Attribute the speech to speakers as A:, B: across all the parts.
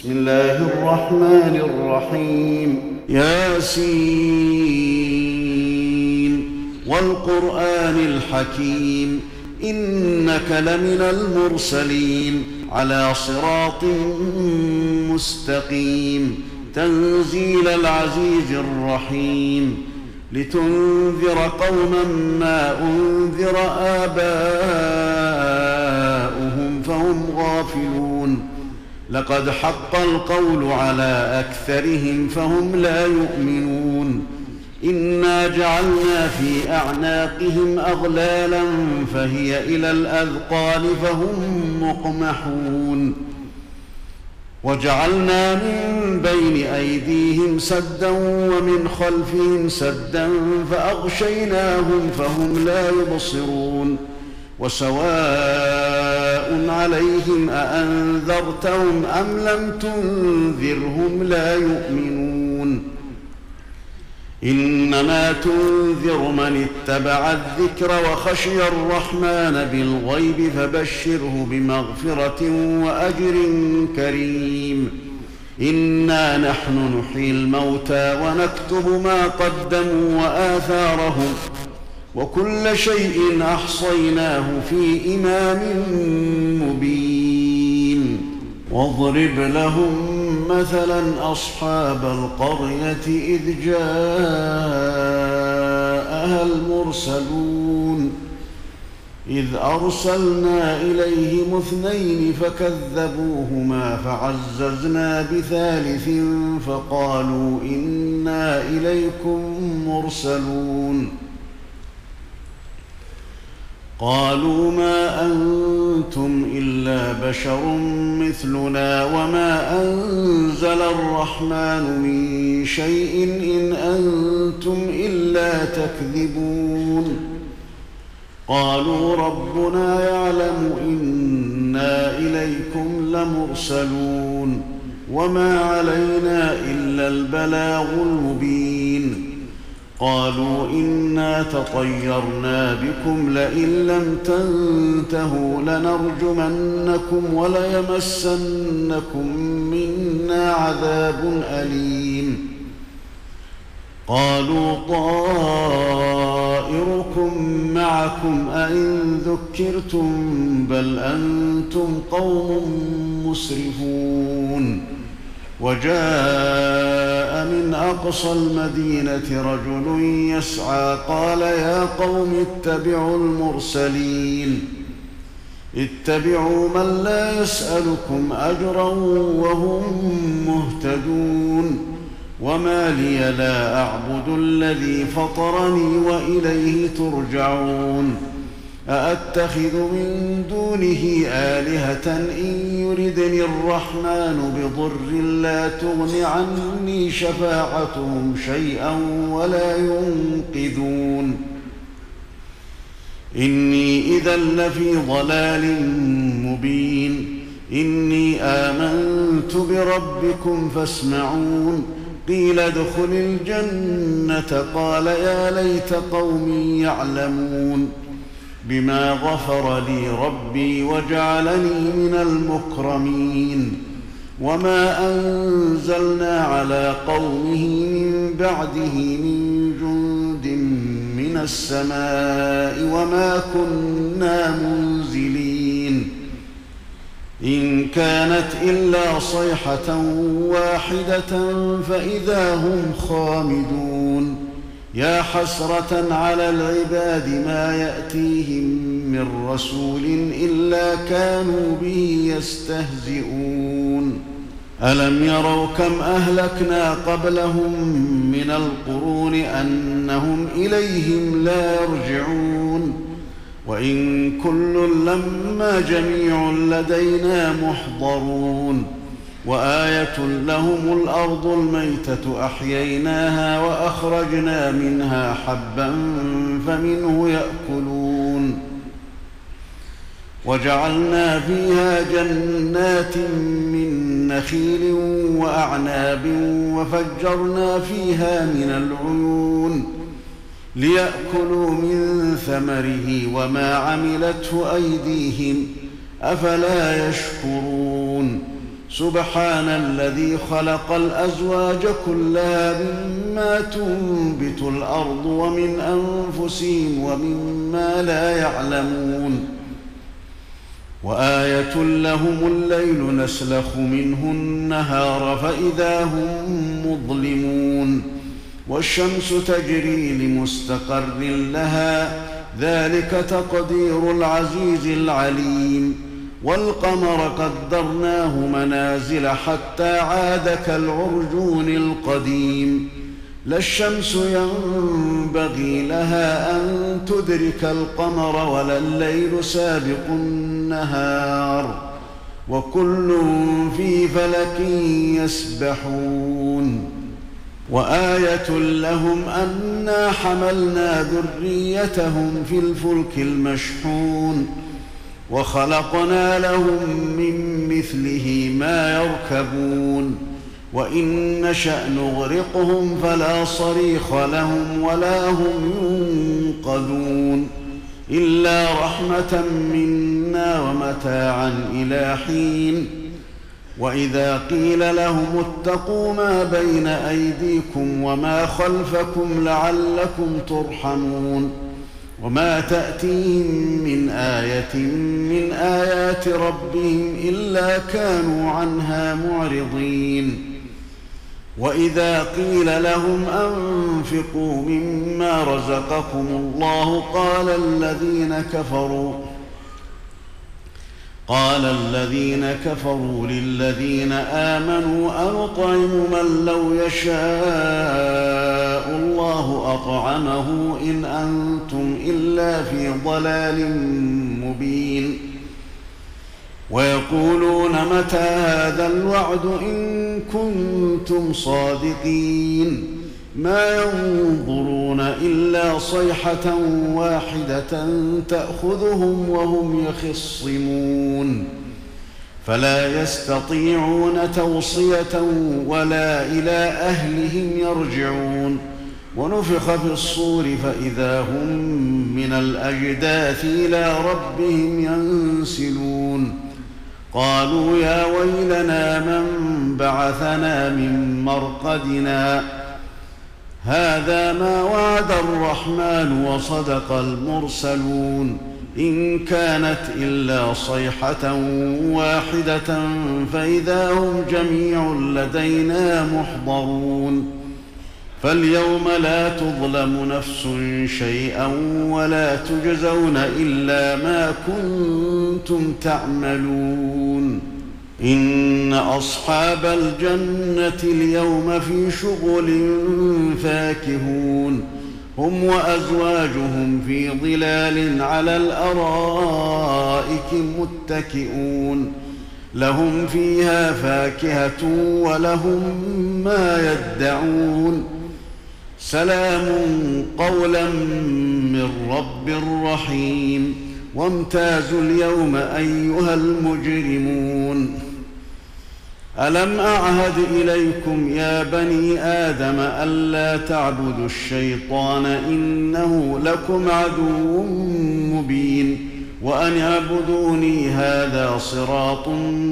A: بسم الله الرحمن الرحيم ياسين والقرآن الحكيم إنك لمن المرسلين على صراط مستقيم تنزيل العزيز الرحيم لتنذر قوما ما أنذر آباؤهم فهم غافلون لقد حق القول على أكثرهم فهم لا يؤمنون إنا جعلنا في أعناقهم أغلالا فهي إلى الأذقان فهم مقمحون وجعلنا من بين أيديهم سدا ومن خلفهم سدا فأغشيناهم فهم لا يبصرون وسواء عليهم أأنذرتهم أم لم تنذرهم لا يؤمنون إنما تنذر من اتبع الذكر وخشي الرحمن بالغيب فبشره بمغفرة وأجر كريم إنا نحن نحيي الموتى ونكتب ما قدموا وآثارهم وكل شيء أحصيناه في إمام مبين واضرب لهم مثلا أصحاب القرية إذ جاءها المرسلون إذ أرسلنا إليهم 2 فكذبوهما فعززنا بثالث فقالوا إنا إليكم مرسلون قالوا ما أنتم إلا بشر مثلنا وما أنزل الرحمن من شيء إن أنتم إلا تكذبون قالوا ربنا يعلم إنا إليكم لمرسلون وما علينا إلا البلاغ المبين قالوا إنا تطيرنا بكم لئن لم تنتهوا لنرجمنكم وليمسنكم منا عذاب أليم قالوا طائركم معكم أئن ذكرتم بل أنتم قوم مسرفون وجاء من أقصى المدينة رجل يسعى قال يا قوم اتبعوا المرسلين اتبعوا من لا يسألكم أجرا وهم مهتدون وما لي لا أعبد الذي فطرني وإليه ترجعون أأتخذ من دونه آلهة إن يردني الرحمن بضر لا تغن عني شفاعتهم شيئا ولا ينقذون إني إذا لفي ضلال مبين إني آمنت بربكم فاسمعون قيل ادخل الجنة قال يا ليت قومي يعلمون بما غفر لي ربي وجعلني من المكرمين وما أنزلنا على قومه من بعده من جند من السماء وما كنا منزلين إن كانت إلا صيحة واحدة فإذا هم خامدون يا حسرة على العباد ما يأتيهم من رسول إلا كانوا به يستهزئون ألم يروا كم أهلكنا قبلهم من القرون أنهم إليهم لا يرجعون وإن كل لما جميع لدينا محضرون وآية لهم الأرض الميتة أحييناها وأخرجنا منها حبا فمنه يأكلون وجعلنا فيها جنات من نخيل وأعناب وفجرنا فيها من العيون ليأكلوا من ثمره وما عملته أيديهم أفلا يشكرون سبحان الذي خلق الأزواج كلها مما تنبت الأرض ومن أنفسهم ومما لا يعلمون وآية لهم الليل نسلخ منه النهار فإذا هم مظلمون والشمس تجري لمستقر لها ذلك تقدير العزيز العليم والقمر قدرناه منازل حتى عاد كالعرجون القديم لا الشمس ينبغي لها أن تدرك القمر ولا الليل سابق النهار وكل في فلك يسبحون وآية لهم أنا حملنا ذريتهم في الفلك المشحون وخلقنا لهم من مثله ما يركبون وإن نشأ نغرقهم فلا صريخ لهم ولا هم ينقذون إلا رحمة منا ومتاعا إلى حين وإذا قيل لهم اتقوا ما بين أيديكم وما خلفكم لعلكم ترحمون وما تأتيهم من آية من آيات ربهم إلا كانوا عنها معرضين وإذا قيل لهم أنفقوا مما رزقكم الله قال الذين كفروا للذين آمنوا أنطعم من لو يشاء الله أطعمه إن أنتم إلا في ضلال مبين ويقولون متى هذا الوعد إن كنتم صادقين ما ينظرون إلا صيحة واحدة تأخذهم وهم يخصمون فلا يستطيعون توصية ولا إلى أهلهم يرجعون ونفخ في الصور فإذا هم من الأجداث إلى ربهم ينسلون قالوا يا ويلنا من بعثنا من مرقدنا هذا ما وعد الرحمن وصدق المرسلون إن كانت إلا صيحة واحدة فإذا هم جميع لدينا محضرون فاليوم لا تظلم نفس شيئا ولا تجزون إلا ما كنتم تعملون إن أصحاب الجنة اليوم في شغل فاكهون هم وأزواجهم في ظلال على الأرائك متكئون لهم فيها فاكهة ولهم ما يدعون سلام قولا من رب رحيم وامتازوا اليوم أيها المجرمون ألم أعهد إليكم يا بني آدم ألا تعبدوا الشيطان إنه لكم عدو مبين وأن اعبدوني هذا صراط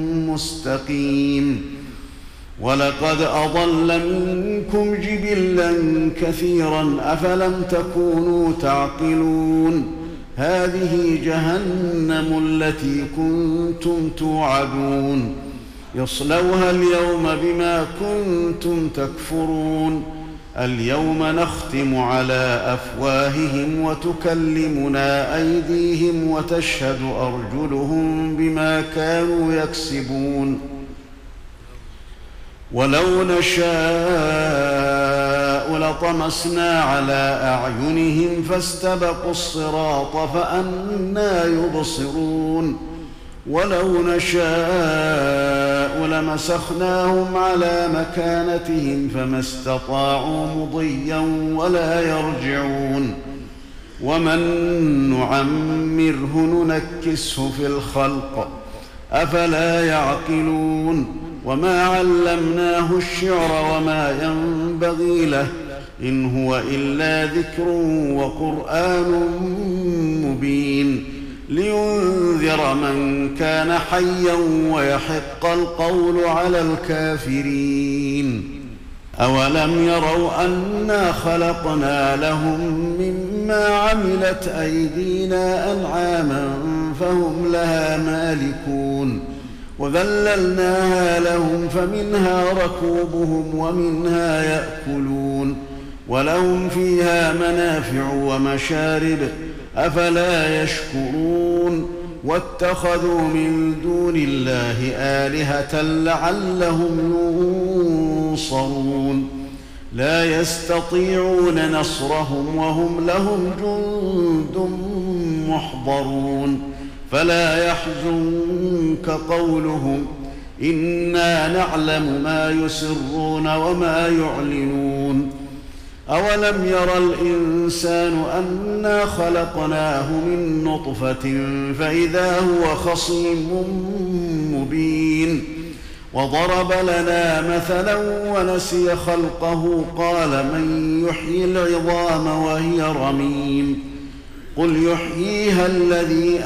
A: مستقيم ولقد أضل منكم جبلا كثيرا أفلم تكونوا تعقلون هذه جهنم التي كنتم توعدون يصلوها اليوم بما كنتم تكفرون اليوم نختم على أفواههم وتكلمنا أيديهم وتشهد أرجلهم بما كانوا يكسبون ولو نشاء لطمسنا على أعينهم فاستبقوا الصراط فأنى يبصرون ولو نشاء لمسخناهم على مكانتهم فما استطاعوا مضيا ولا يرجعون ومن نعمره ننكسه في الخلق أفلا يعقلون وما علمناه الشعر وما ينبغي له إن هو إلا ذكر وقرآن مبين لينذر من كان حيا ويحق القول على الكافرين. أولم يروا أنا خلقنا لهم مما عملت أيدينا أنعاما فهم لها مالكون وذللناها لهم فمنها ركوبهم ومنها يأكلون ولهم فيها منافع ومشارب أفلا يشكرون واتخذوا من دون الله آلهة لعلهم ينصرون لا يستطيعون نصرهم وهم لهم جند محضرون فلا يحزنك قولهم إنا نعلم ما يسرون وما يعلنون أولم ير الإنسان أنا خلقناه من نطفة فإذا هو خصيم مبين وضرب لنا مثلا ونسي خلقه قال من يحيي العظام وهي رميم قل يحييها الذي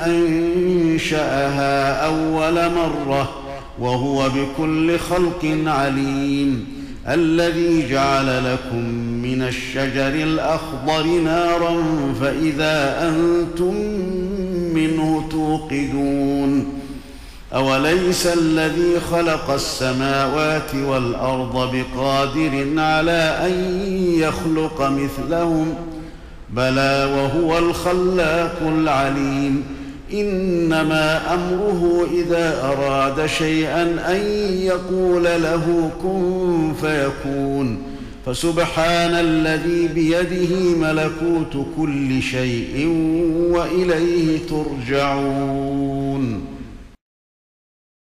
A: أنشأها أول مرة وهو بكل خلق عليم الذي جعل لكم من الشجر الأخضر نارا فإذا أنتم منه توقدون أوليس الذي خلق السماوات والأرض بقادر على أن يخلق مثلهم بلى وهو الخلاق العليم إنما أمره إذا أراد شيئا أن يقول له كن فيكون فسبحان الذي بيده ملكوت كل شيء وإليه ترجعون.